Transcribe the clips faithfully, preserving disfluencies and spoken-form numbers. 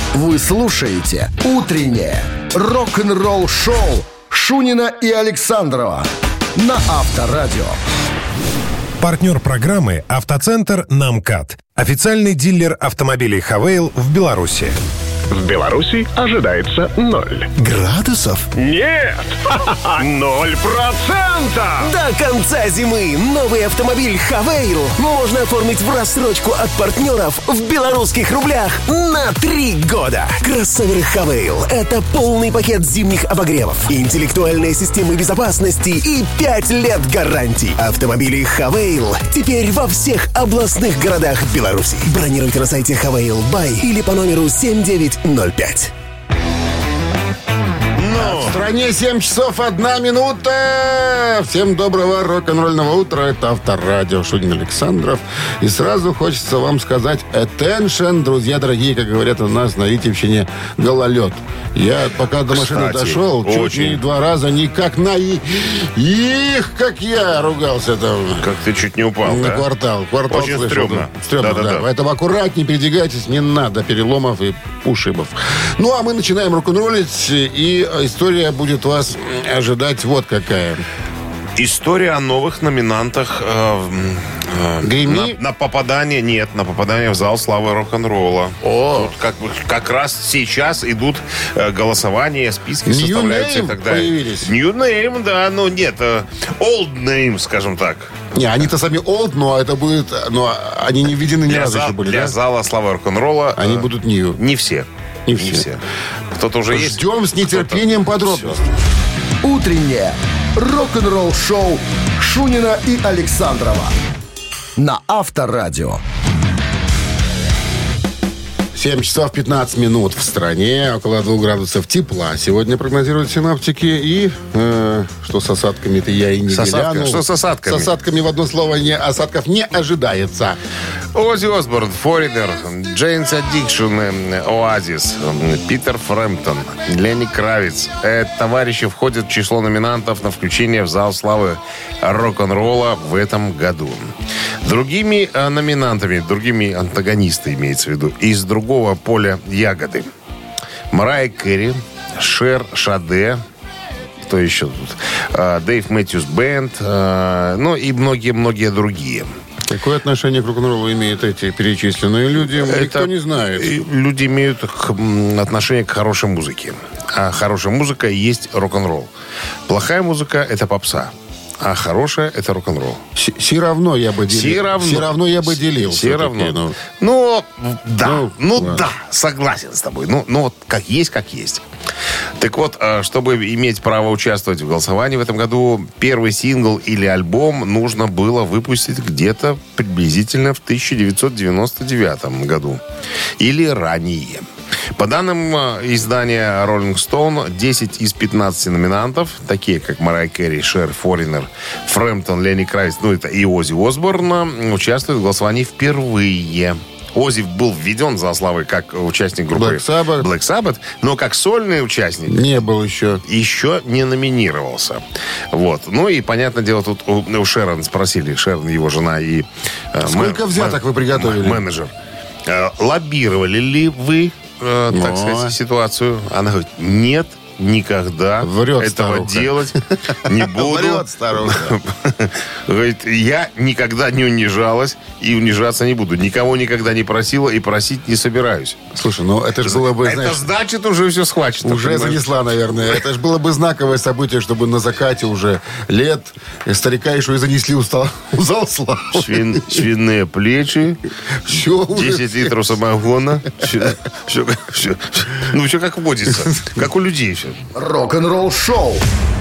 Вы слушаете «Утреннее рок-н-ролл-шоу» Шунина и Александрова на Авторадио. Партнер программы «Автоцентр Намкат». Официальный дилер автомобилей «Хавейл» в Беларуси. В Беларуси ожидается ноль. Градусов? Нет! Ноль процентов! До конца зимы новый автомобиль «Хавейл» можно оформить в рассрочку от партнеров в белорусских рублях на три года. Кроссоверы «Хавейл» — это полный пакет зимних обогревов, интеллектуальные системы безопасности и пять лет гарантий. Автомобили «Хавейл» теперь во всех областных городах Беларуси. Бронируйте на сайте «Хавейл Бай» или по номеру семь девять ноль пять. В стране семь часов одна минута. Всем доброго рок-н-ролльного утра. Это Авторадио, Шунин, Александров. И сразу хочется вам сказать attention, друзья дорогие, как говорят у нас на Витебщине, гололед. Я пока до машины Кстати, дошел, чуть очень. не два раза никак на и- их, как я ругался там. Как ты чуть не упал, На да? квартал. Квартал Очень слышал, стрёмно. да. Стрёмно, Да-да-да. да. Поэтому аккуратнее передвигайтесь, не надо переломов и ушибов. Ну, а мы начинаем рок-н-роллить, и история будет вас ожидать вот какая. История о новых номинантах э, э, Грэмми? на, на попадание, нет, на попадание в зал славы рок-н-ролла. О. Тут как, бы, как раз сейчас идут э, голосования, списки New составляются и name так далее. появились? New name, да, ну нет, э, old name, скажем так. Не, они-то сами old, но это будет... Но они не введены ни Для, разу зал- еще были, для да? зала славы рок-н-ролла Они э, будут new. не все. Не все. Кто-то уже есть. Ждем с нетерпением подробностей. «Утреннее рок-н-ролл-шоу» Шунина и Александрова на Авторадио. семь часов пятнадцать минут в стране, около двух градусов тепла. Сегодня прогнозируют синаптики. И э, что с осадками-то я и не С осадками. глянул. Что с осадками? С осадками в одно слово не, осадков не ожидается. Оззи Осборн, Foreigner, Jane's Addiction, Oasis, Питер Фрэмптон, Ленни Кравиц. Э, товарищи входят в число номинантов на включение в зал славы рок-н-ролла в этом году. Другими э, номинантами, другими антагонистами, имеется в виду, из другого поля ягоды. Марайя Кэрри, Шер Шаде, кто еще тут? Э, Дэйв Мэтьюс Бэнд, э, ну и многие-многие другие. Какое отношение к рок-н-роллу имеют эти перечисленные люди, никто не знает. И люди имеют к- м, отношение к хорошей музыке. А хорошая музыка и есть рок-н-ролл. Плохая музыка – это попса. А хорошая – это рок-н-ролл. Все равно я бы делил. Все равно. Все равно я бы делил. Все все-таки, равно. ну. Ну, да. Ну, Ну, ладно. да, согласен с тобой. Ну, ну, вот как есть, как есть. Так вот, э, чтобы иметь право участвовать в голосовании в этом году, первый сингл или альбом нужно было выпустить где-то приблизительно в тысяча девятьсот девяносто девятом году. Или ранее. По данным э, издания Rolling Stone, десять из пятнадцати номинантов, такие как Марайя Кэрри, Шер, Foreigner, Фрэмптон, Ленни Кравиц, ну это и Оззи Осборн, участвуют в голосовании впервые. Оззи был введен в зал славы как участник группы Black Sabbath. Black Sabbath, но как сольный участник Не был еще. еще не номинировался. Вот. Ну и, понятное дело, тут у, у Шерон спросили, Шерон, его жена и... э, Сколько мэ- взяток мэ- вы приготовили? мэ- Менеджер. Э, лоббировали ли вы, э, так О. сказать, ситуацию? Она говорит, нет, никогда Врет этого старуха. делать не буду. Врет старуха. Говорит, я никогда не унижалась и унижаться не буду. Никого никогда не просила и просить не собираюсь. Слушай, ну это же было бы, Это знаешь, значит, уже все схвачено. уже понимаешь? занесла, наверное. Это же было бы знаковое событие, чтобы на закате уже лет старика еще и занесли у, стола, у зал славы. Свин- свиные плечи, Все уже. десять литров самогона. Все, все, все, ну, все как водится. Как у людей все. Рок-н-ролл-шоу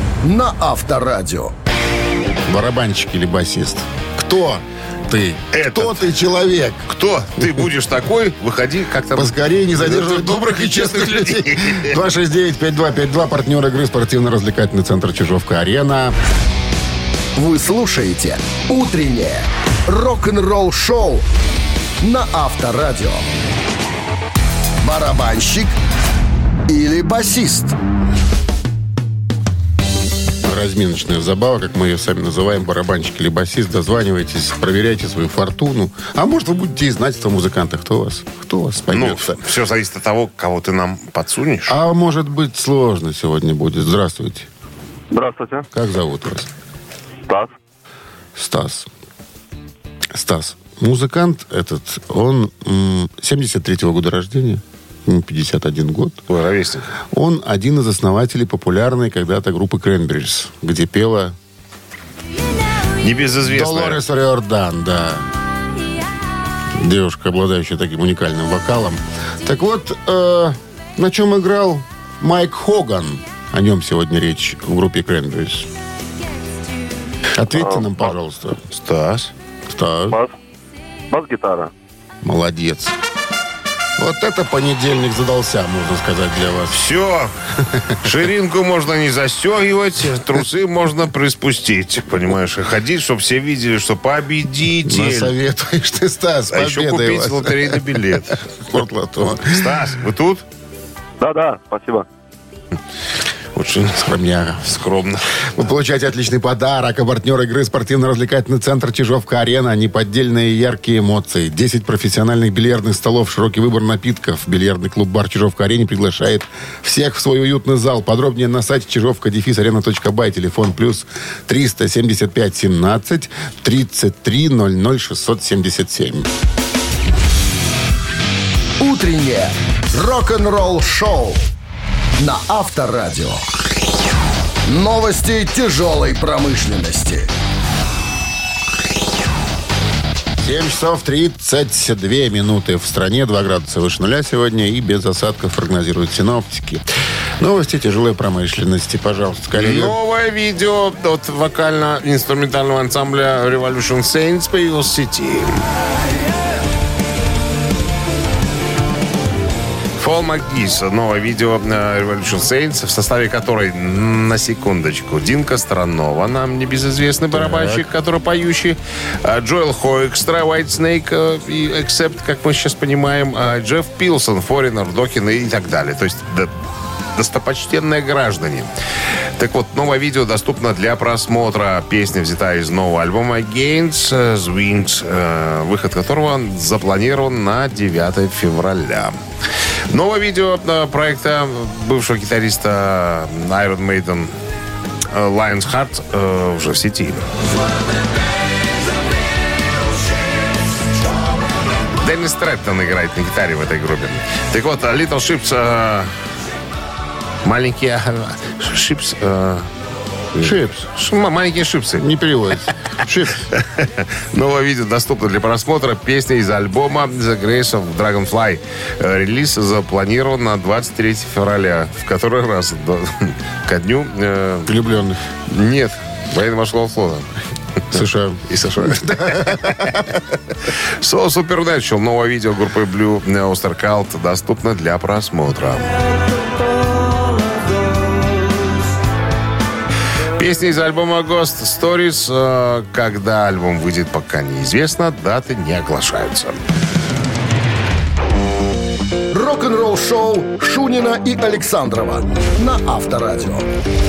на Авторадио. Барабанщик или басист? Кто ты? Этот. Кто ты, человек? Кто ты будешь такой, выходи как-то... Поскорее не задерживай добрых и честных людей. два шесть девять пять два пять два. Партнер игры спортивно-развлекательный центр Чижовка-Арена. Вы слушаете «Утреннее рок-н-ролл-шоу» на Авторадио. Барабанщик или басист? разминочная забава, как мы ее сами называем, барабанщик или басист. Дозванивайтесь, проверяйте свою фортуну. А может, вы будете и знать, кто музыканты, кто у вас, кто у вас Ну, споет. все зависит от того, кого ты нам подсунешь. А может быть, сложно сегодня будет. Здравствуйте. Здравствуйте. Как зовут вас? Стас. Стас. Стас. Музыкант этот, он м, семьдесят третьего года рождения, ему пятьдесят один год. Ой, ровесник. Он один из основателей популярной когда-то группы Cranberries, где пела Небезызвестная. Долорес Риордан, да. Девушка, обладающая таким уникальным вокалом. Так вот, э, на чем играл Майк Хоган? О нем сегодня речь в группе Cranberries. Ответьте нам, пожалуйста. Стас. Стас. Бас. Бас-гитара. Молодец. Вот это понедельник задался, можно сказать, для вас. Все. Ширинку можно не застегивать, трусы можно приспустить. Понимаешь, и ходить, чтобы все видели, что победитель. Насоветуешь ты, Стас, А еще победой купить вас. лотерейный билет. Спортлото. Стас, вы тут? Да-да, спасибо. Очень Скромняга. скромно. Вы получаете отличный подарок. А партнер игры спортивно-развлекательный центр «Чижовка-арена». Неподдельные яркие эмоции. десять профессиональных бильярдных столов, широкий выбор напитков. Бильярдный клуб-бар «Чижовка-арене» приглашает всех в свой уютный зал. Подробнее на сайте чижовка дефис арена точка бай. Телефон плюс триста семьдесят пять семнадцать тридцать три ноль ноль шестьсот семьдесят семь. Утреннее рок-н-ролл-шоу на Авторадио. Новости тяжелой промышленности. семь часов тридцать две минуты в стране. два градуса выше нуля сегодня и без осадков прогнозируют синоптики. Новости тяжелой промышленности. Пожалуйста, коллеги. Новое видео от вокально-инструментального ансамбля Revolution Saints появилось в сети. Пол МакГис. Новое видео Revolution Saints, в составе которой, на секундочку, Динка Странова, нам небезызвестный барабанщик, который поющий, Джоэл Хоэкстра, White Snake и Accept, как мы сейчас понимаем, Джефф Пилсон, Foreigner, Докин и так далее. То есть да, достопочтенные граждане. Так вот, новое видео доступно для просмотра. Песня взята из нового альбома Against the Wings, выход которого запланирован на девятое февраля. Новое видео проекта бывшего гитариста Iron Maiden Lion's Heart уже в сети. Деннис Трэттон играет на гитаре в этой группе. Так вот, Little Ships... Маленькие шипс... Шипс. Маленькие шипсы. Не переводится. Шипс. Новое видео доступно для просмотра. Песня из альбома The Grace of Dragonfly. Релиз запланирован на двадцать третьего февраля. В который раз до, ко дню... Э, Влюбленных. нет. Военно-морского флота. США. И США. So Supernatural. Новое видео группы Blue Oyster Cult доступно для просмотра. Песни из альбома Ghost Stories. Когда альбом выйдет, пока неизвестно. Даты не оглашаются. Рок-н-ролл-шоу Шунина и Александрова на Авторадио.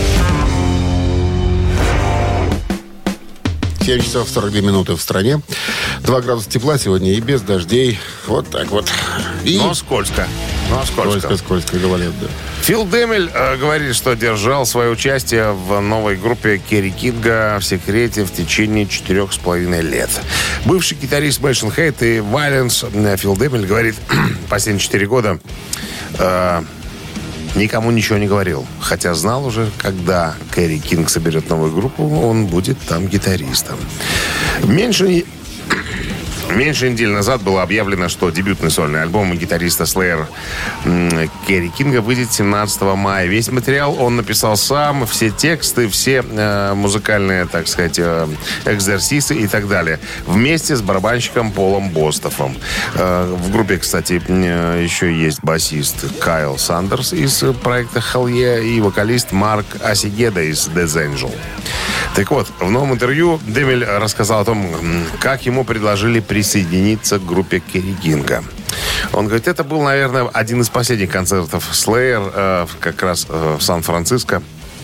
семь часов сорок две минуты в стране. два градуса тепла сегодня и без дождей. Вот так вот. И Но скользко. Но скользко. скользко-скользко говорят, да. Фил Демель э, говорит, что держал свое участие в новой группе Керри Кинга в секрете в течение четырех с половиной лет. Бывший гитарист Machine Head и Violence Фил Демель говорит, последние четыре года э, никому ничего не говорил. Хотя знал уже, когда Керри Кинг соберет новую группу, он будет там гитаристом. Меньше... Меньше недели назад было объявлено, что дебютный сольный альбом гитариста Slayer Керри Кинга выйдет семнадцатого мая. Весь материал он написал сам, все тексты, все э, музыкальные, так сказать, э, экзерсисы и так далее. Вместе с барабанщиком Полом Бостофом. Э, в группе, кстати, э, еще есть басист Кайл Сандерс из проекта Hell Yeah и вокалист Марк Асигеда из Death Angel. Так вот, в новом интервью Демель рассказал о том, как ему предложили присоединиться к группе Керри Кинга. Он говорит, это был, наверное, один из последних концертов Slayer э, как раз э, в Сан-Франциско.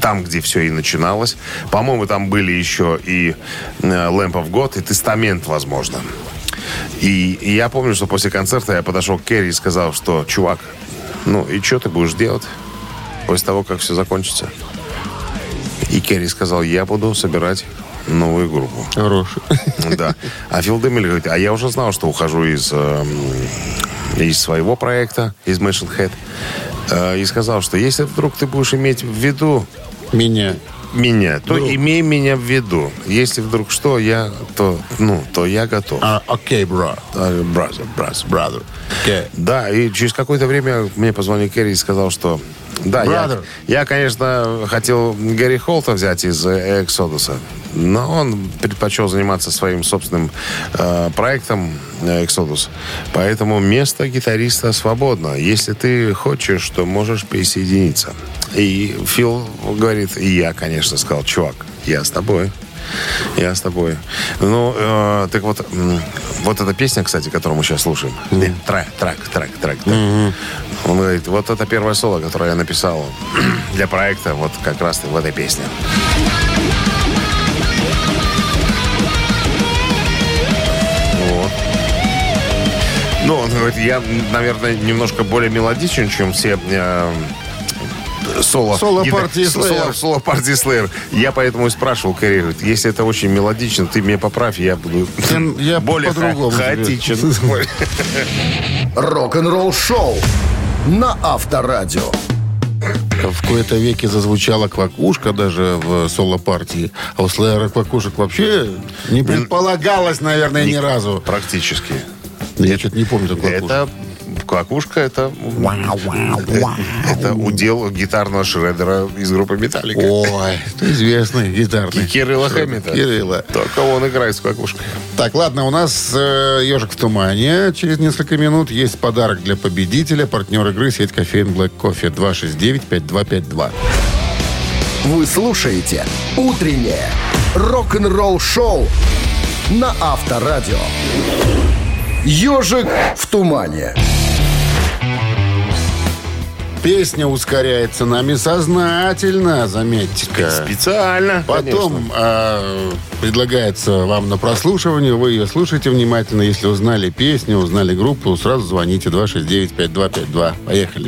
там, где все и начиналось. По-моему, там были еще и Lamp of God, и Тестамент, возможно. И, и я помню, что после концерта я подошел к Керри и сказал, что, чувак, ну и что ты будешь делать после того, как все закончится? И Керри сказал, я буду собирать новую группу. Хороший. Да. А Фил Дэмиль говорит, а я уже знал, что ухожу из, э, из своего проекта, из Machine Head. Э, и сказал, что если вдруг ты будешь иметь в виду Меня. меня, то Друг. имей меня в виду. Если вдруг что, я, то, ну, то я готов. А, окей, бро. Brother, brother, brother. Окей. Да, и через какое-то время мне позвонил Керри и сказал, что да, я, я, конечно, хотел Гэри Холта взять из Эксодуса, но он предпочел заниматься своим собственным э, проектом Эксодус. Поэтому место гитариста свободно. Если ты хочешь, то можешь присоединиться. И Фил говорит, и я, конечно, сказал, чувак, я с тобой. Я с тобой. Ну, э, так вот, м, вот эта песня, кстати, которую мы сейчас слушаем. Mm. Трек, трек, трек, трек. Mm-hmm. Он говорит, вот это первое соло, которое я написал для проекта, вот как раз в этой песне. Вот. Ну, он говорит, я, наверное, немножко более мелодичен, чем все... Э, Соло, соло гитар... партии Slayer. Соло партии Slayer. Я поэтому и спрашивал Керри, говорит, если это очень мелодично, ты меня поправь, я буду я более ха- хаотичен. Рок-н-ролл шоу на Авторадио. В кои-то веке зазвучала квакушка даже в соло-партии. А у Slayer квакушек вообще не предполагалось, наверное, ни разу. Практически. Я что-то не помню такую квакушку. Это квакушка, это, это удел гитарного шредера из группы Металлика. Ой, известный гитарный. Кирилла Хэммита. Кирилла. Только он играет с квакушкой. Так, ладно, у нас э, «Ежик в тумане». Через несколько минут есть подарок для победителя. Партнер игры — сеть кофеин Black Coffee. два шесть девять пять два пять два. Вы слушаете «Утреннее рок-н-ролл-шоу» на Авторадио. «Ежик в тумане». Песня ускоряется нами сознательно, заметьте-ка. Специально. Потом э, предлагается вам на прослушивание. Вы ее слушаете внимательно. Если узнали песню, узнали группу, сразу звоните два шесть девять пять два пять два. Поехали.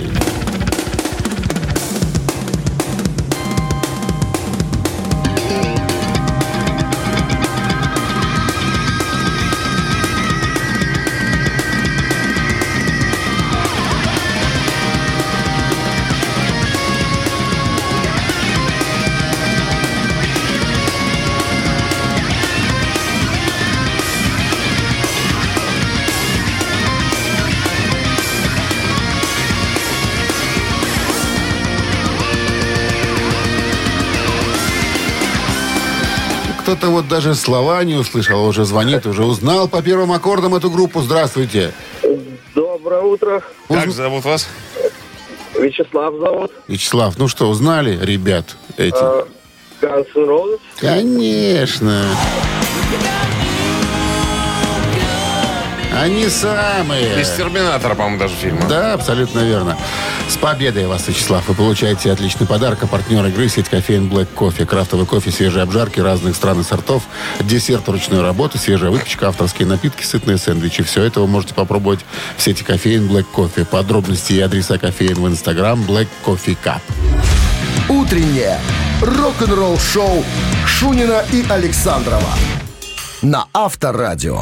Кто-то вот даже слова не услышал, уже звонит, уже узнал по первым аккордам эту группу. Здравствуйте. Доброе утро. Как зовут вас? Вячеслав зовут. Вячеслав, ну что, узнали, ребят, эти? Guns N' Roses. Конечно. Они самые. Из «Терминатора», по-моему, даже фильма. Да, абсолютно верно. С победой вас, Вячеслав. Вы получаете отличный подарок. А партнер игры — сеть кофеин Black Coffee. Крафтовый кофе, свежие обжарки разных стран и сортов, десерт ручной работы, свежая выпечка, авторские напитки, сытные сэндвичи. Все это вы можете попробовать в сети кофеин Black Coffee. Подробности и адреса кофеин в Инстаграм Black Coffee Cup. Утреннее рок-н-ролл-шоу Шунина и Александрова на Авторадио.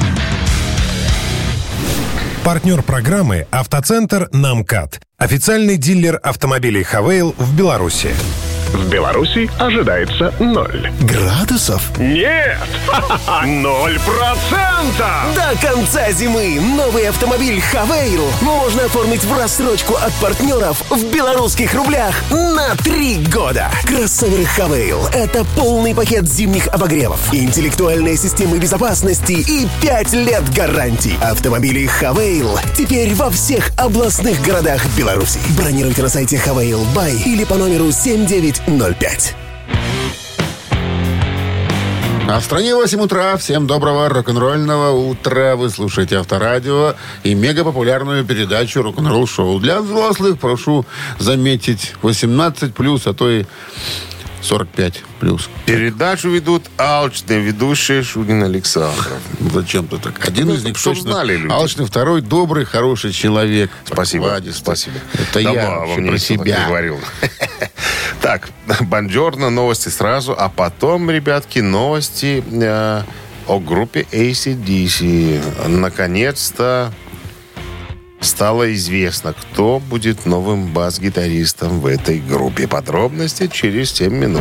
Партнер программы «Автоцентр Намкат». Официальный дилер автомобилей «Хавейл» в Беларуси. В Беларуси ожидается ноль. Градусов? Нет! Ноль процентов! До конца зимы новый автомобиль «Хавейл» можно оформить в рассрочку от партнеров в белорусских рублях на три года. Кроссоверы «Хавейл» — это полный пакет зимних обогревов, интеллектуальные системы безопасности и пять лет гарантии. Автомобили «Хавейл» теперь во всех областных городах Беларуси. Бронируйте на сайте «Хавейл Бай» или по номеру семь девять ноль пять. А в стране восемь утра. Всем доброго рок-н-ролльного утра. Вы слушаете Авторадио и мегапопулярную передачу «Рок-н-ролл шоу». Для взрослых, прошу заметить, восемнадцать плюс, а то и сорок пять плюс. Передачу ведут алчные ведущие Шунин Александров. Зачем-то так. Один Ну, из них чтоб точно знали люди. алчный, второй добрый, хороший человек. Спасибо. Покладистый. Спасибо. Это Давно я обо вообще мне про никто так не себя. говорил. Так, бонжорно, новости сразу, а потом, ребятки, новости э, о группе эй си ди си. Наконец-то стало известно, кто будет новым бас-гитаристом в этой группе. Подробности через семь минут.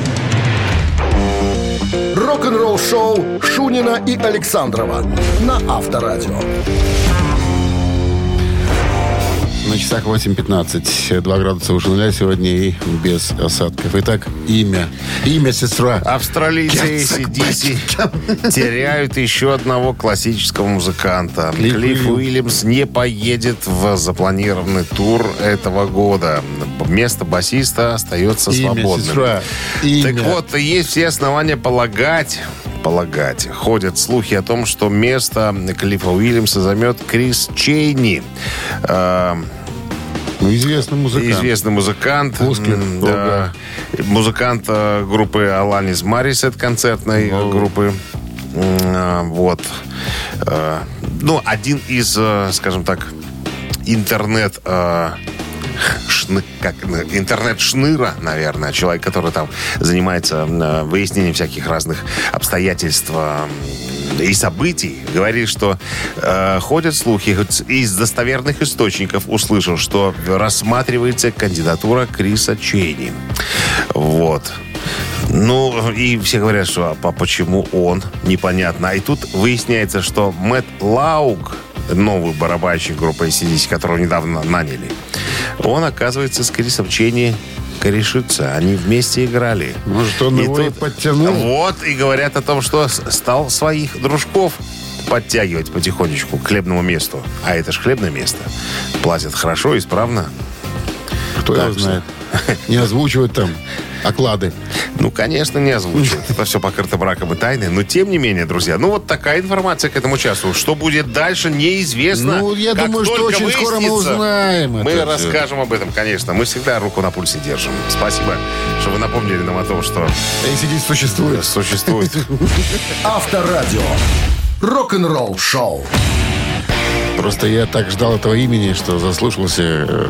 Рок-н-ролл шоу Шунина и Александрова на Авторадио. На часах восемь пятнадцать. два градуса выше нуля сегодня и без осадков. Итак, имя. Имя сестра. Австралийцы эй си ди си теряют еще одного классического музыканта. Клифф Клифф Уильямс. Уильямс не поедет в запланированный тур этого года. Место басиста остается Имя свободным. сестра. Имя. Так вот, есть все основания полагать, полагать, ходят слухи о том, что место Клиффа Уильямса займет Крис Чейни. Э, Ну, известный музыкант. Известный музыкант. Оскар, М, да. Музыкант э, группы Alanis Morissette, концертной О. группы. М, а, Вот. Э, Ну, один из, э, скажем так, интернет... э, шны- как, э, интернет-шныра, наверное, человек, который там занимается э, выяснением всяких разных обстоятельств э, и событий, говорит, что э, ходят слухи, хоть из достоверных источников услышал, что рассматривается кандидатура Криса Чейни. Вот. Ну, и все говорят, что а, а почему он? Непонятно. И тут выясняется, что Мэтт Лауг, новый барабанщик группы эй си ди си, которого недавно наняли, он, оказывается, с Крисом Чейни корешится. Они вместе играли. Может, он И его и тут- подтянул? Вот, и говорят о том, что с- стал своих дружков подтягивать потихонечку к хлебному месту. А это ж хлебное место. Платят хорошо, исправно. Кто Так его что- знает. Не озвучивают там оклады. Ну, конечно, не озвучивают. Это все покрыто браком и тайной. Но, тем не менее, друзья, ну, вот такая информация к этому часу. Что будет дальше, неизвестно. Ну, я Как думаю, что только очень скоро мы выяснится, узнаем Мы это всё. расскажем об этом, конечно. Мы всегда руку на пульсе держим. Спасибо, что вы напомнили нам о том, что эй си ди си существует. существует. Авторадио. Рок-н-ролл шоу. Просто я так ждал этого имени, что заслушался э,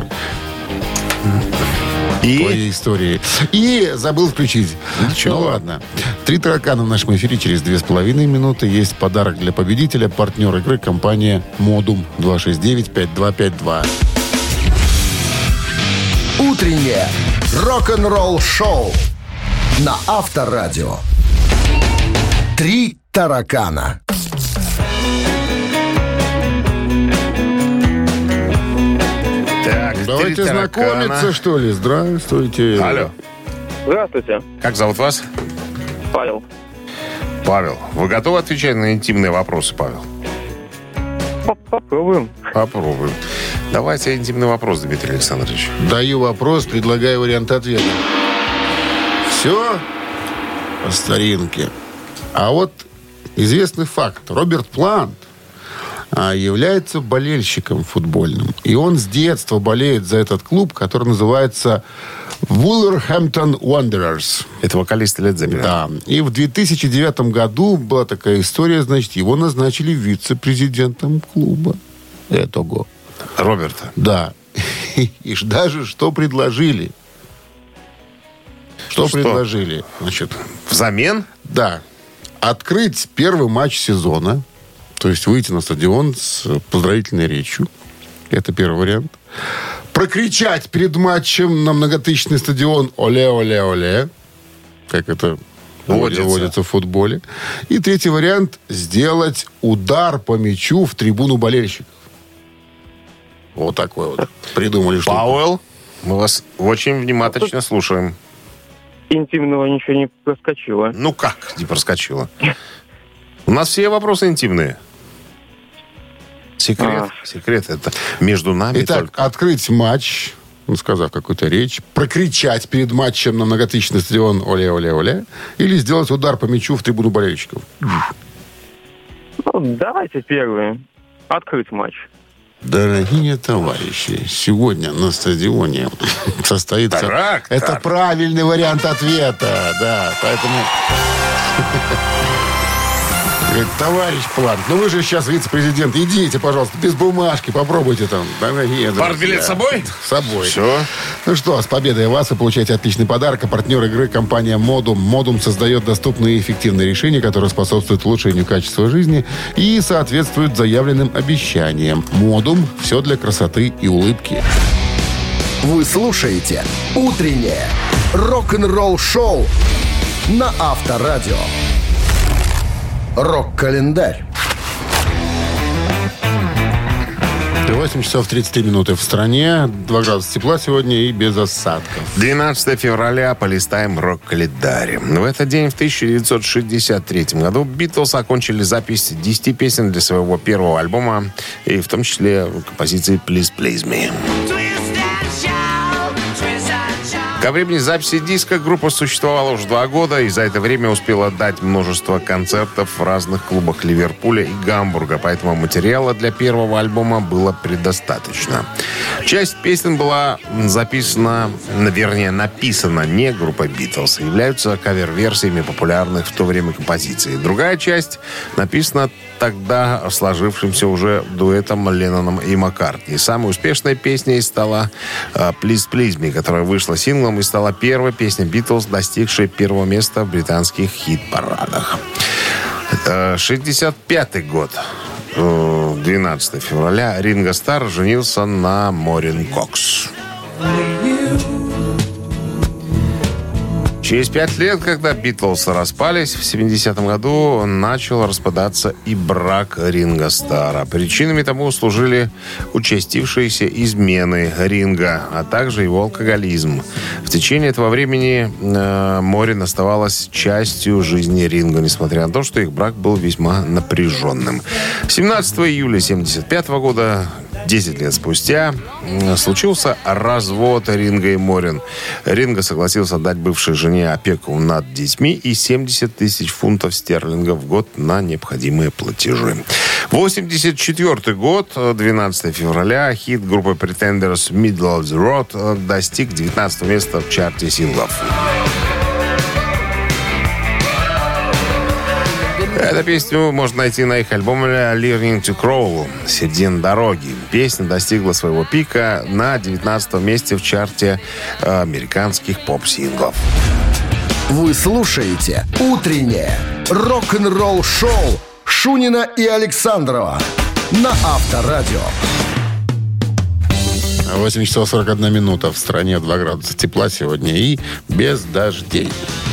И твоей истории. И забыл включить. Ну ладно. Три таракана в нашем эфире через две с половиной минуты. Есть подарок для победителя. Партнер игры — компания «Модум». два шесть девять пять два пять два. Утреннее рок-н-ролл шоу на Авторадио. Три таракана. так, Давайте три таракана. знакомиться, что ли. Здравствуйте. Алло. Здравствуйте, Как зовут вас? Павел. Павел. Вы готовы отвечать на интимные вопросы, Павел? Попробуем. Попробуем. Давайте интимный вопрос, Дмитрий Александрович. Даю вопрос, предлагаю вариант ответа. Все по старинке. А вот известный факт. Роберт Плант а, является болельщиком футбольным. И он с детства болеет за этот клуб, который называется Wolverhampton Wanderers. Это вокалист Led Zeppelin. Да. И в две тысячи девятом году была такая история, значит, его назначили вице-президентом клуба этого. Роберта. Да. И ж даже что предложили? Что, Что? предложили? Значит, Взамен? да. Открыть первый матч сезона. То есть выйти на стадион с поздравительной речью. Это первый вариант. Прокричать перед матчем на многотысячный стадион «Оле-оле-оле». Как это Водится. водится в футболе. И третий вариант – сделать удар по мячу в трибуну болельщиков. Вот такой вот придумали штуку. Пауэлл, мы вас очень внимательно слушаем. Интимного ничего не проскочило. Ну как не проскочило? У нас все вопросы интимные. Секрет. А. Секрет это между нами Итак, только. открыть матч сказав какую-то речь, прокричать перед матчем на многотысячный стадион «Оле-оле-оле» или сделать удар по мячу в трибуну болельщиков? Ну, давайте первый. Открыть матч. Дорогие товарищи, сегодня на стадионе состоится... Трактор. Это правильный вариант ответа, да, поэтому... Говорит, товарищ Планк, ну вы же сейчас вице-президент, идите, пожалуйста, без бумажки, попробуйте там. Дорогие друзья. Партбилет с собой? С собой. Все. Ну что, с победой вас вы получаете отличный подарок. А партнер игры — компания «Модум». «Модум» создает доступные и эффективные решения, которые способствуют улучшению качества жизни и соответствуют заявленным обещаниям. «Модум» — все для красоты и улыбки. Вы слушаете «Утреннее рок-н-ролл-шоу» на Авторадио. Рок-календарь. восемь часов тридцать три минуты в стране. два градуса тепла сегодня и без осадков. двенадцатого февраля полистаем рок-календарь. В этот день, в тысяча девятьсот шестьдесят третьем году, Битлз окончили запись десяти песен для своего первого альбома, и в том числе композиции «Please, Please Me». Ко времени записи диска группа существовала уже два года и за это время успела дать множество концертов в разных клубах Ливерпуля и Гамбурга, поэтому материала для первого альбома было предостаточно. Часть песен была записана, вернее, написана не группой Битлз, являются кавер-версиями популярных в то время композиций. Другая часть написана тогда сложившимся уже дуэтом Ленноном и Маккартни. Самой успешной песней стала «Please, Please Me», которая вышла синглом и стала первой песней Битлз, достигшей первого места в британских хит-парадах. шестьдесят пятый год. двенадцатого февраля Ринго Старр женился на Морин Кокс. Через пять лет, когда Битлз распались, в семидесятом году начал распадаться и брак Ринго Старра. Причинами тому служили участившиеся измены Ринго, а также его алкоголизм. В течение этого времени э, Морин оставалась частью жизни Ринго, несмотря на то, что их брак был весьма напряженным. семнадцатого июля семьдесят пятого года, десять лет спустя, случился развод Ринго и Морин. Ринго согласился дать бывшей жене опеку над детьми и семьдесят тысяч фунтов стерлингов в год на необходимые платежи. восемьдесят четвёртый год, двенадцатого февраля, хит группы Pretenders «Middle of the Road» достиг девятнадцатого места в чарте синглов. Эту песню можно найти на их альбоме «Learning to Crawl» «Середина дороги». Песня достигла своего пика на девятнадцатом месте в чарте американских поп-синглов. Вы слушаете «Утреннее рок-н-ролл-шоу» Шунина и Александрова на Авторадио. восемь часов сорок одна минута. В стране два градуса тепла сегодня и без дождей.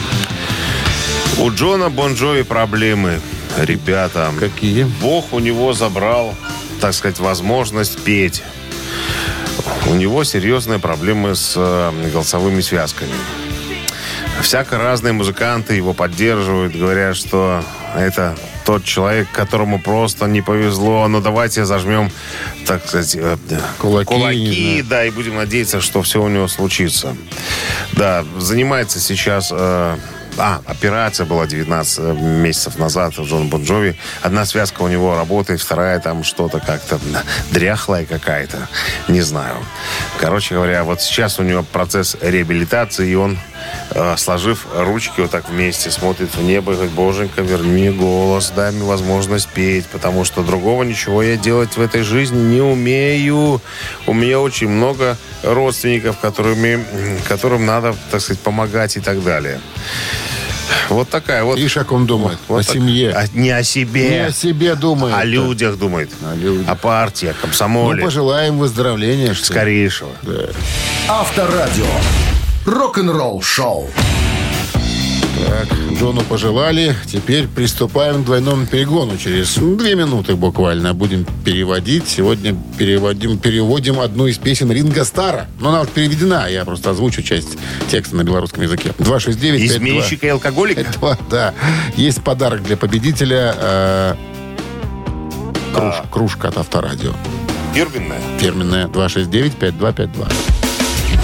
У Джона Бон Джови проблемы, ребята. Какие? Бог у него забрал, так сказать, возможность петь. У него серьезные проблемы с голосовыми связками. Всяко разные музыканты его поддерживают, говорят, что это тот человек, которому просто не повезло. Но давайте зажмем, так сказать, кулаки, кулаки да. да, и будем надеяться, что все у него случится. Да, занимается сейчас... А, операция была девятнадцать месяцев назад у Джона Бон Джови. Одна связка у него работает, вторая там что-то как-то дряхлая какая-то. Не знаю. Короче говоря, вот сейчас у него процесс реабилитации, и он, э, сложив ручки вот так вместе, смотрит в небо и говорит: боженька, верни мне голос, дай мне возможность петь, потому что другого ничего я делать в этой жизни не умею. У меня очень много родственников, которыми, которым надо, так сказать, помогать и так далее. Вот такая вот. Видишь, как он думает? Вот, о вот семье. Так, а, не о себе. Не о себе думает. О людях думает. О людях. О партии, о комсомоле. Ну, пожелаем выздоровления. Что скорейшего. Да. Авторадио. Рок-н-ролл шоу. Так, Джону пожелали. Теперь приступаем к двойному перегону. Через две минуты буквально будем переводить. Сегодня переводим, переводим одну из песен Ринго Старра. Но она вот переведена. Я просто озвучу часть текста на белорусском языке. два шесть девять пять два. Изменщика и алкоголика? два, да. Есть подарок для победителя. Э, круж, кружка от Авторадио. Фирменная? Фирменная. два шесть девять пять два пять два.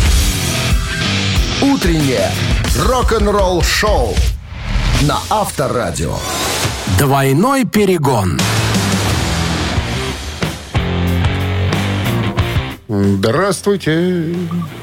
Утреннее рок-н-ролл-шоу на Авторадио. Двойной перегон. Здравствуйте.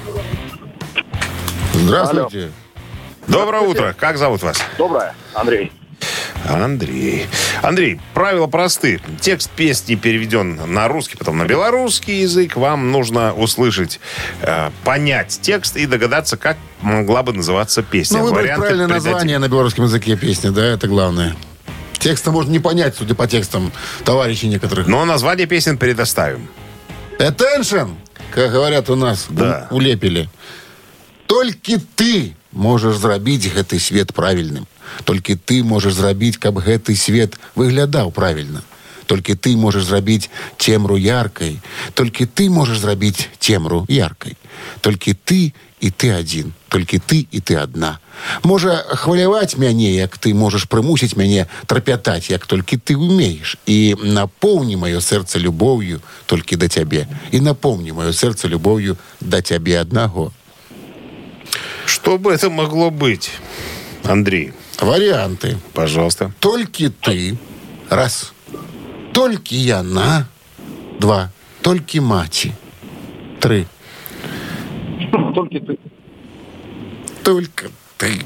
Здравствуйте. Доброе утро. Как зовут вас? Доброе, Андрей. Андрей. Андрей, правила просты. Текст песни переведен на русский, потом на белорусский язык. Вам нужно услышать, э, понять текст и догадаться, как могла бы называться песня. Ну, выбрать Варианты правильное придадим. название на белорусском языке песни, да, это главное. Текста можно не понять, судя по текстам товарищей некоторых. Но название песен предоставим. Attention, как говорят у нас, Да. у, улепили. Только ты можешь зрабіць гэты свет правильным. Только ты можешь зрабіць, каб гэты свет выглядаў правильно. Только ты можешь зрабіць цемру яркой. Только ты можешь зрабіць цемру яркой. Только ты и ты один. Только ты и ты одна. Можа хваляваць мяне, як ты можешь прымусіць мяне трапятаць, як толькі ты умеешь. И напомни мое сердце любовью только до тебе. И напомни мое сердце любовью до тебе одного. Что бы это могло быть, Андрей? Варианты. Пожалуйста. Только ты. Раз. Только яна. Два. Только мати. Три. Только ты. Только ты.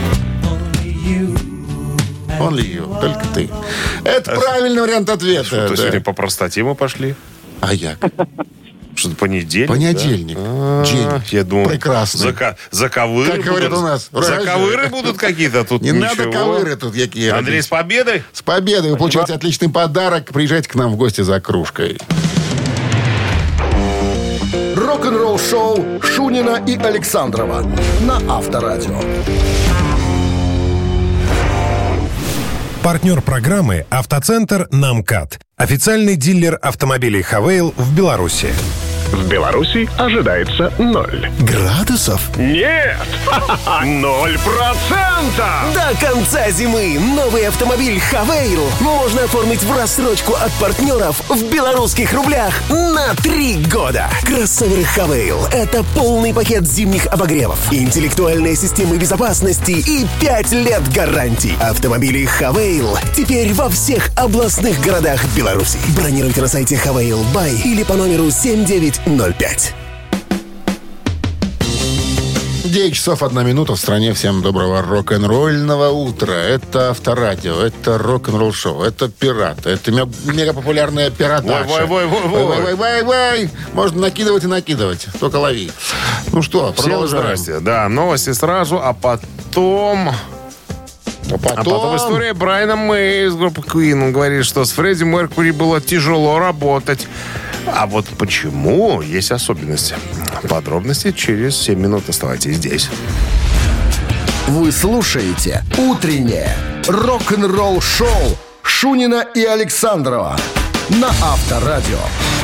Only you. Только ты. Это правильный вариант ответа. Что-то да. сегодня по простоте мы пошли. А як? Что-то понедельник. Понедельник. Да? День. Я думал, Прекрасный. зака- заковыры Как говорят будут- у нас. Заковыры будут какие-то тут. Не ничего. надо ковыры тут какие. Андрей, с победой! С победой. Вы получаете отличный подарок. Приезжайте к нам в гости за кружкой. Рок-н-ролл-шоу Шунина и Александрова на Авторадио. Партнер программы «Автоцентр Намкат». Официальный дилер автомобилей «Хавейл» в Беларуси. В Беларуси ожидается ноль. Градусов? Нет! Ноль процентов! До конца зимы новый автомобиль «Хавейл» можно оформить в рассрочку от партнеров в белорусских рублях на три года. Кроссовер «Хавейл» — это полный пакет зимних обогревов, интеллектуальные системы безопасности и пять лет гарантий. Автомобили «Хавейл» теперь во всех областных городах Беларуси. Бронируйте на сайте «Хавейл Бай» или по номеру семь девять ноль пять. девять часов одна минута в стране. Всем доброго рок-н-ролльного утра. Это Авторадио, это рок-н-ролл шоу, это пираты, это ме- мегапопулярная пираташа. Вой-вой-вой-вой-вой. Вой-вой-вой. Можно накидывать и накидывать. Только лови. Ну что, Всем продолжаем. здрасте. Да, новости сразу, а потом... А потом... А потом история Брайана Мэй из группы Queen. Он говорит, что с Фредди Меркьюри было тяжело работать. А вот почему, есть особенности. Подробности через семь минут. Оставайтесь здесь. Вы слушаете «Утреннее рок-н-ролл-шоу» Шунина и Александрова на Авторадио.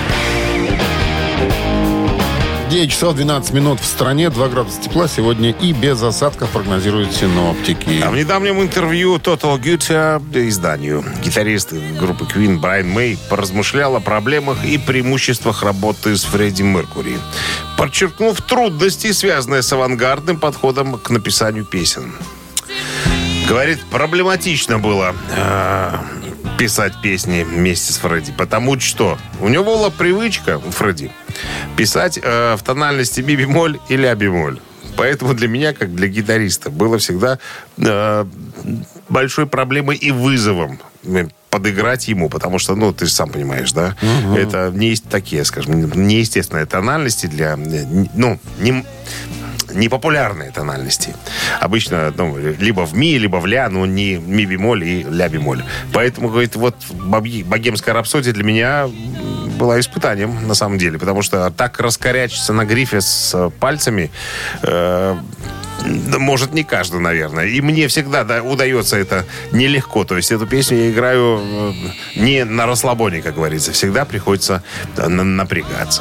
девять часов двенадцать минут в стране, два градуса тепла сегодня и без осадков прогнозируют синоптики. А в недавнем интервью Total Guitar изданию гитарист группы Queen Брайан Мэй поразмышлял о проблемах и преимуществах работы с Фредди Меркьюри, подчеркнув трудности, связанные с авангардным подходом к написанию песен. Говорит, проблематично было э, писать песни вместе с Фредди, потому что у него была привычка, у Фредди, писать э, в тональности ми-бемоль и ля-бемоль. Поэтому для меня, как для гитариста, было всегда э, большой проблемой и вызовом подыграть ему, потому что, ну, ты же сам понимаешь, да, угу. Это не есть такие, скажем, неестественные тональности для, ну, не... непопулярные тональности. Обычно, ну, либо в ми, либо в ля, но не ми-бемоль и ля-бемоль. Поэтому, говорит, вот «Богемская рапсодия» для меня была испытанием, на самом деле. Потому что так раскорячиться на грифе с пальцами э, может не каждый, наверное. И мне всегда да, удается это нелегко. То есть эту песню я играю э, не на расслабоне, как говорится. Всегда приходится э, напрягаться.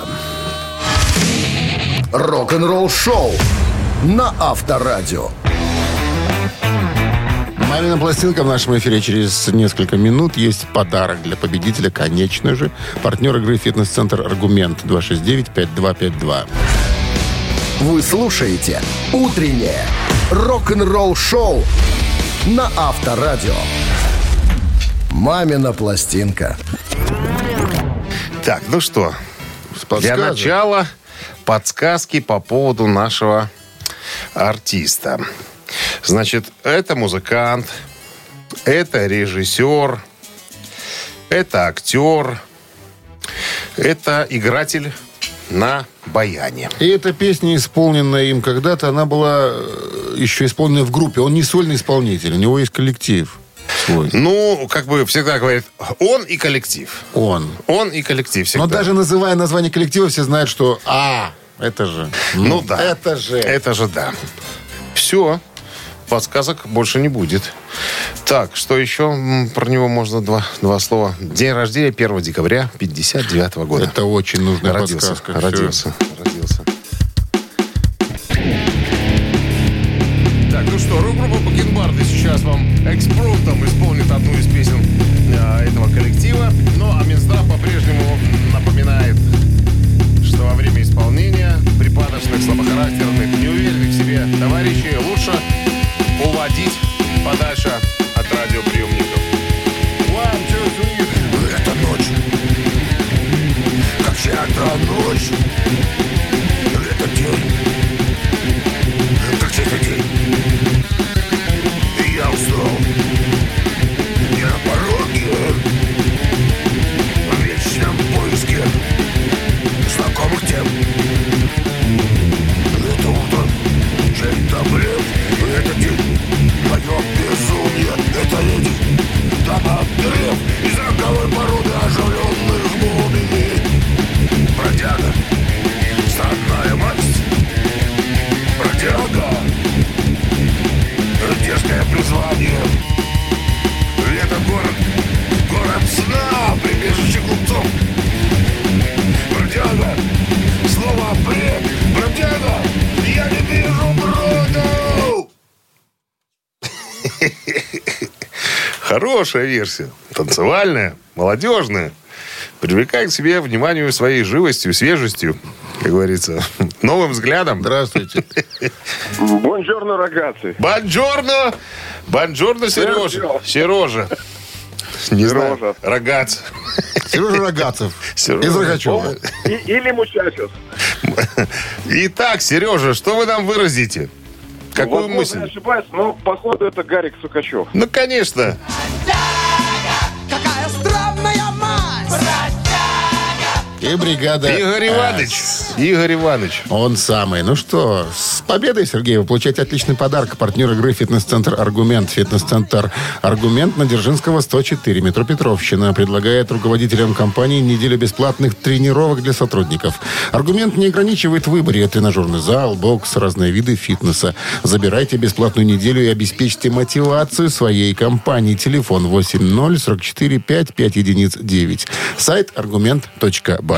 Рок-н-ролл-шоу на Авторадио. Мамина пластинка в нашем эфире через несколько минут. Есть подарок для победителя, конечно же. Партнер игры «Фитнес-центр Аргумент» два шесть девять пять два пять два. Вы слушаете «Утреннее рок-н-ролл-шоу» на Авторадио. «Мамина пластинка». Так, ну что, для Подсказы. начала подсказки по поводу нашего артиста. Значит, это музыкант, это режиссер, это актер, это игратель на баяне. И эта песня, исполненная им когда-то, она была э, еще исполнена в группе. Он не сольный исполнитель, у него есть коллектив свой. Ну, как бы всегда говорит, он и коллектив. Он. Он и коллектив всегда. Но даже называя название коллектива, все знают, что «А, это же». Ну да. Это же. Это же да. Все. Подсказок больше не будет. Так, что еще М, про него можно два, два слова. День рождения первого декабря пятьдесят девятого года. Это очень нужная родился, подсказка. родился, родился. Так, ну что, рок-группа Бакенбарды сейчас вам экспромтом исполнит одну из песен э, этого коллектива. Ну, а Минздрав по-прежнему напоминает, что во время исполнения припадочных, слабохарактерных, неуверенных в себе товарищей лучше уводить подальше от радиоприемников. One, two, three. Это ночь, как всегда ночь. Это день, как всегда день. И я устал, я на пороге, в вечном поиске знакомых тем. Это утро, чей таблет, это день. Мое безумие, это люди, дома дерев из роковой породы оживленных мумий. Бродяга, странная масть, бродяга, дерзкое призвание. Это город, город сна, прибежище глупцов. Бродяга, слово бред, бродяга, я не вижу брода. Хорошая версия. Танцевальная, молодежная. Привлекает к себе внимание своей живостью, свежестью, как говорится, новым взглядом. Здравствуйте. Бонжорно, рогатцы. Бонжорно! Бонжорно, Сережа. Сережа. Не знаю, Сережа. рогац. Сережа Рогацев Сережа. из Рогачева. И- или мучачос. Итак, Сережа, что вы нам выразите? Какую Возможно, мысль? я ошибаюсь, но походу это Гарик Сукачев. Ну, конечно. Какая странная мать! И бригада. Игорь Иванович. «С». Игорь Иванович. Он самый. Ну что, с победой, Сергей, вы получаете отличный подарок. Партнер игры «Фитнес-центр Аргумент». «Фитнес-центр Аргумент» на Дзержинского, сто четыре, метро Петровщина. Предлагает руководителям компании неделю бесплатных тренировок для сотрудников. «Аргумент» не ограничивает в выборе. Тренажерный зал, бокс, разные виды фитнеса. Забирайте бесплатную неделю и обеспечьте мотивацию своей компании. Телефон восемь ноль сорок четыре пять пять единиц девять. Сайт аргумент точка бай.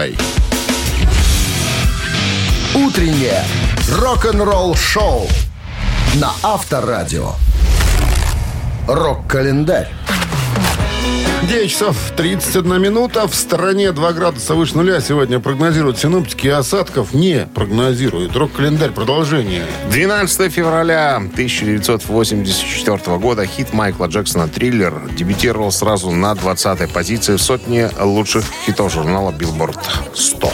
«Утреннее рок-н-ролл-шоу» на Авторадио. Рок-календарь. девять часов тридцать одна минута. В стороне два градуса выше нуля. Сегодня прогнозируют синоптики, осадков не прогнозируют. Рок-календарь, продолжение. двенадцатого февраля тысяча девятьсот восемьдесят четвёртого года хит Майкла Джексона «Триллер» дебютировал сразу на двадцатой позиции в сотне лучших хитов журнала Billboard сто.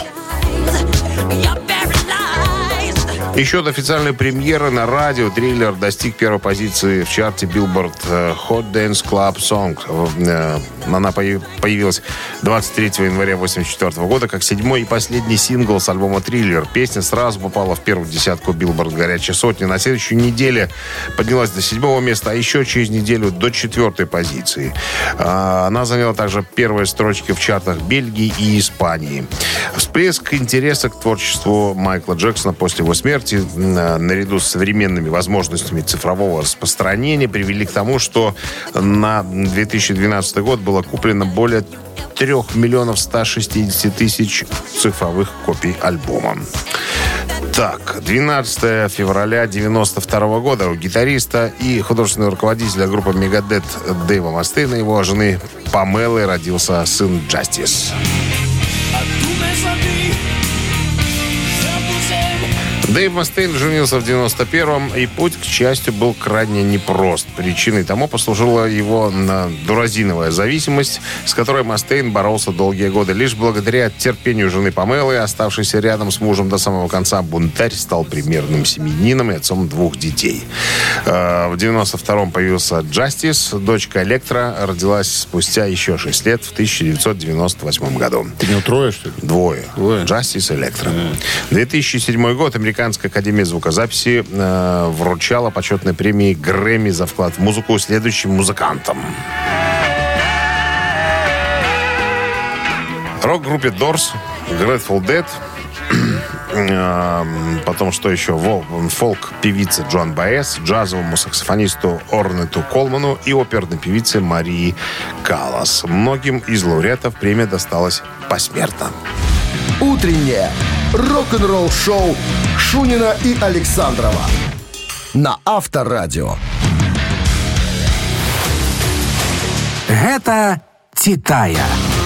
Еще до официальной премьеры на радио «Триллер» достиг первой позиции в чарте Billboard Hot Dance Club Song. Она появилась двадцать третьего января восемьдесят четвёртого года как седьмой и последний сингл с альбома «Триллер». Песня сразу попала в первую десятку Billboard горячей сотни. На следующей неделе поднялась до седьмого места, а еще через неделю до четвертой позиции. Она заняла также первые строчки в чартах Бельгии и Испании. Всплеск интереса к творчеству Майкла Джексона после его смерти наряду с современными возможностями цифрового распространения привели к тому, что на две тысячи двенадцатый год было куплено более трех миллионов ста шестидесяти тысяч цифровых копий альбома. Так, двенадцатого февраля девяносто второго года у гитариста и художественного руководителя группы Мегадет Дэйва Мастейна и его жены Памелы родился сын Джастис. Дэйв Мастейн женился в девяносто первом, и путь, к счастью, был крайне непрост. Причиной тому послужила его дуразиновая зависимость, с которой Мастейн боролся долгие годы. Лишь благодаря терпению жены Памелы, оставшейся рядом с мужем до самого конца, бунтарь стал примерным семьянином и отцом двух детей. В девяносто втором появился Джастис. Дочка Электра родилась спустя еще шесть лет, в тысяча девятьсот девяносто восьмом году. Ты не трое, что ли? Двое. Двое. Джастис и Электра. Mm. две тысячи седьмой год. Американская академия звукозаписи э, вручала почетной премии Грэмми за вклад в музыку следующим музыкантам. Рок-группе Doors, Grateful Dead, потом что еще? Фолк-певице Джон Баэс, джазовому саксофонисту Орнету Колману и оперной певице Марии Каллас. Многим из лауреатов премия досталась посмертно. Утреннее рок-н-ролл-шоу Шунина и Александрова на Авторадио. Гэта «Титая».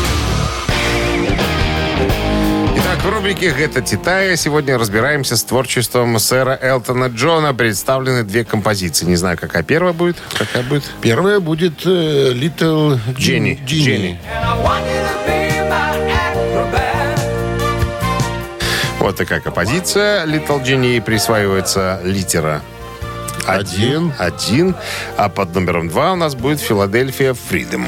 Итак, в рубрике «Гэта Титая» сегодня разбираемся с творчеством сэра Элтона Джона. Представлены две композиции. Не знаю, какая первая будет. Какая будет? Первая будет э, Little Jenny. Jenny. Вот такая композиция. Little Jenny присваивается литера один. Один. А под номером два у нас будет Philadelphia Freedom.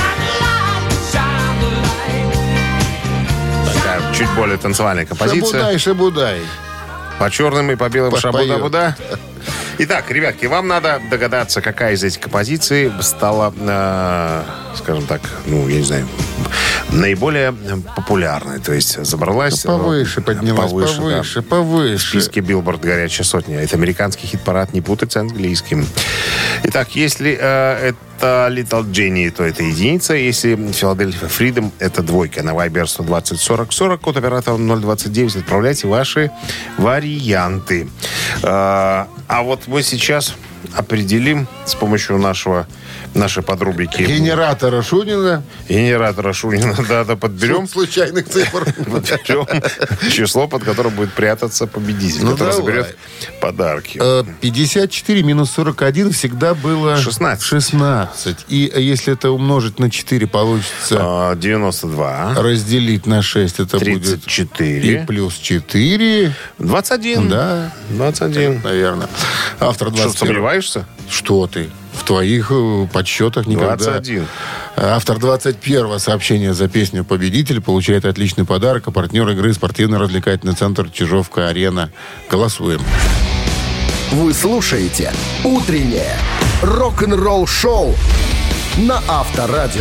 Такая чуть более танцевальная композиция. Шабудай, шабудай. По черным и по белым По- шабуда-буда. Итак, ребятки, вам надо догадаться, какая из этих композиций стала, э, скажем так, ну, я не знаю, наиболее популярной. То есть забралась... Да повыше поднялась, повыше, повыше, да, повыше. В списке Billboard «Горячая сотня». Это американский хит-парад, не путать с английским. Итак, если э, это Little Jenny, то это единица. Если Philadelphia Freedom, это двойка. На Viber сто двадцать сорок сорок, код оператора ноль двадцать девять. Отправляйте ваши варианты. Э, а вот мы сейчас определим с помощью нашего нашей подрубрики. Генератора Шунина. Генератора Шунина, да, да, подберем. Случайных цифр. Подберем число, под которым будет прятаться победитель, Ну, который давай. заберет подарки. Э, пятьдесят четыре минус сорок один всегда было... шестнадцать. шестнадцать. И если это умножить на четыре, получится... А, девяносто два. Разделить на шесть, это тридцать четыре. будет... И плюс четыре. двадцать один. Да. двадцать один. Наверное. Автор Что, двадцать первого. сомневаешься? Что ты? В твоих э, подсчетах никогда. двадцать один. Автор двадцать первого сообщения за песню «Победитель» получает отличный подарок. А партнер игры спортивно-развлекательный центр «Чижовка-Арена». Голосуем. Вы слушаете «Утреннее рок-н-ролл-шоу» на Авторадио.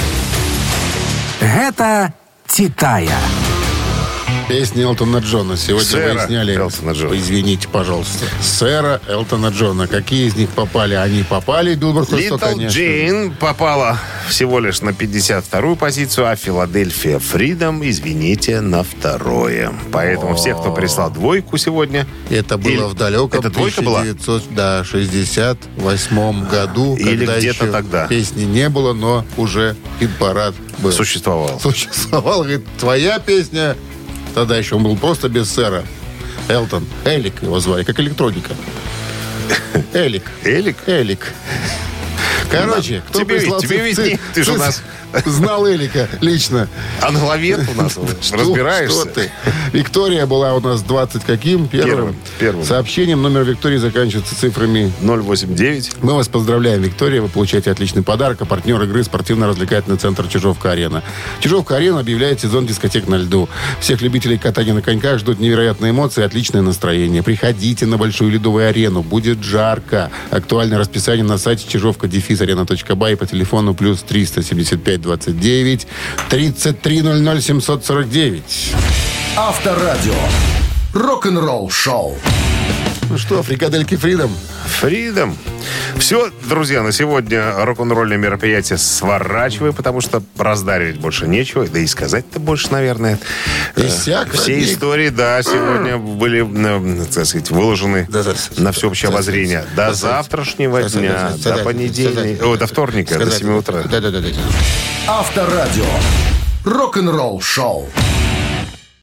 Гэта «Титая». Песня Элтона Джона. Сегодня Сэра выясняли... Элтона Джона. Извините, пожалуйста. Сэра Элтона Джона. Какие из них попали? Они попали. Билборд сто, Little конечно. Jane попала всего лишь на пятьдесят вторую позицию, а Philadelphia Freedom, извините, на второе. Поэтому все, кто прислал двойку сегодня... Это было Или- в далеком Это двойка была? тысяча девятьсот шестьдесят восьмом году. Или когда где-то еще тогда. Песни не было, но уже хит-парад был. Существовал. Существовал. Говорит, твоя песня... Тогда еще он был просто без сэра. Элтон. Элик его звали, как электроника. Элик. Элик? Элик. Короче, кто Тебе прислал ведь- тебе циф- ведь циф- не- ты же у циф- нас- знал Элика лично. Англовед у нас. Что- Разбираешься? Что ты? Виктория была у нас двадцать каким? Первым. Первым, первым. Сообщением номер Виктории заканчивается цифрами. ноль восемь девять. Мы вас поздравляем, Виктория. Вы получаете отличный подарок. А партнер игры спортивно-развлекательный центр «Чижовка-Арена». «Чижовка-Арена» объявляет сезон дискотек на льду. Всех любителей катания на коньках ждут невероятные эмоции и отличное настроение. Приходите на Большую ледовую арену. Будет жарко. Актуальное расписание на сайте чижовка дефис арена точка бай по телефону плюс триста семьдесят пять двадцать девять тридцать три ноль ноль семьсот сорок девять. Авторадио. Рок-н-ролл-шоу. Ну что, фрикадельки Фридом? Фридом. Все, друзья, на сегодня рок-н-ролльное мероприятие сворачиваю, потому что раздаривать больше нечего. Да и сказать-то больше, наверное. Иссяк, Все родник. истории, да, сегодня были, э, так сказать, выложены Да, да, на всеобщее обозрение. До да, завтрашнего да, дня, да, да, до да, понедельника, да, о, до вторника, до Сказать- семи утра. Да-да-да. Авторадио. Рок-н-ролл-шоу.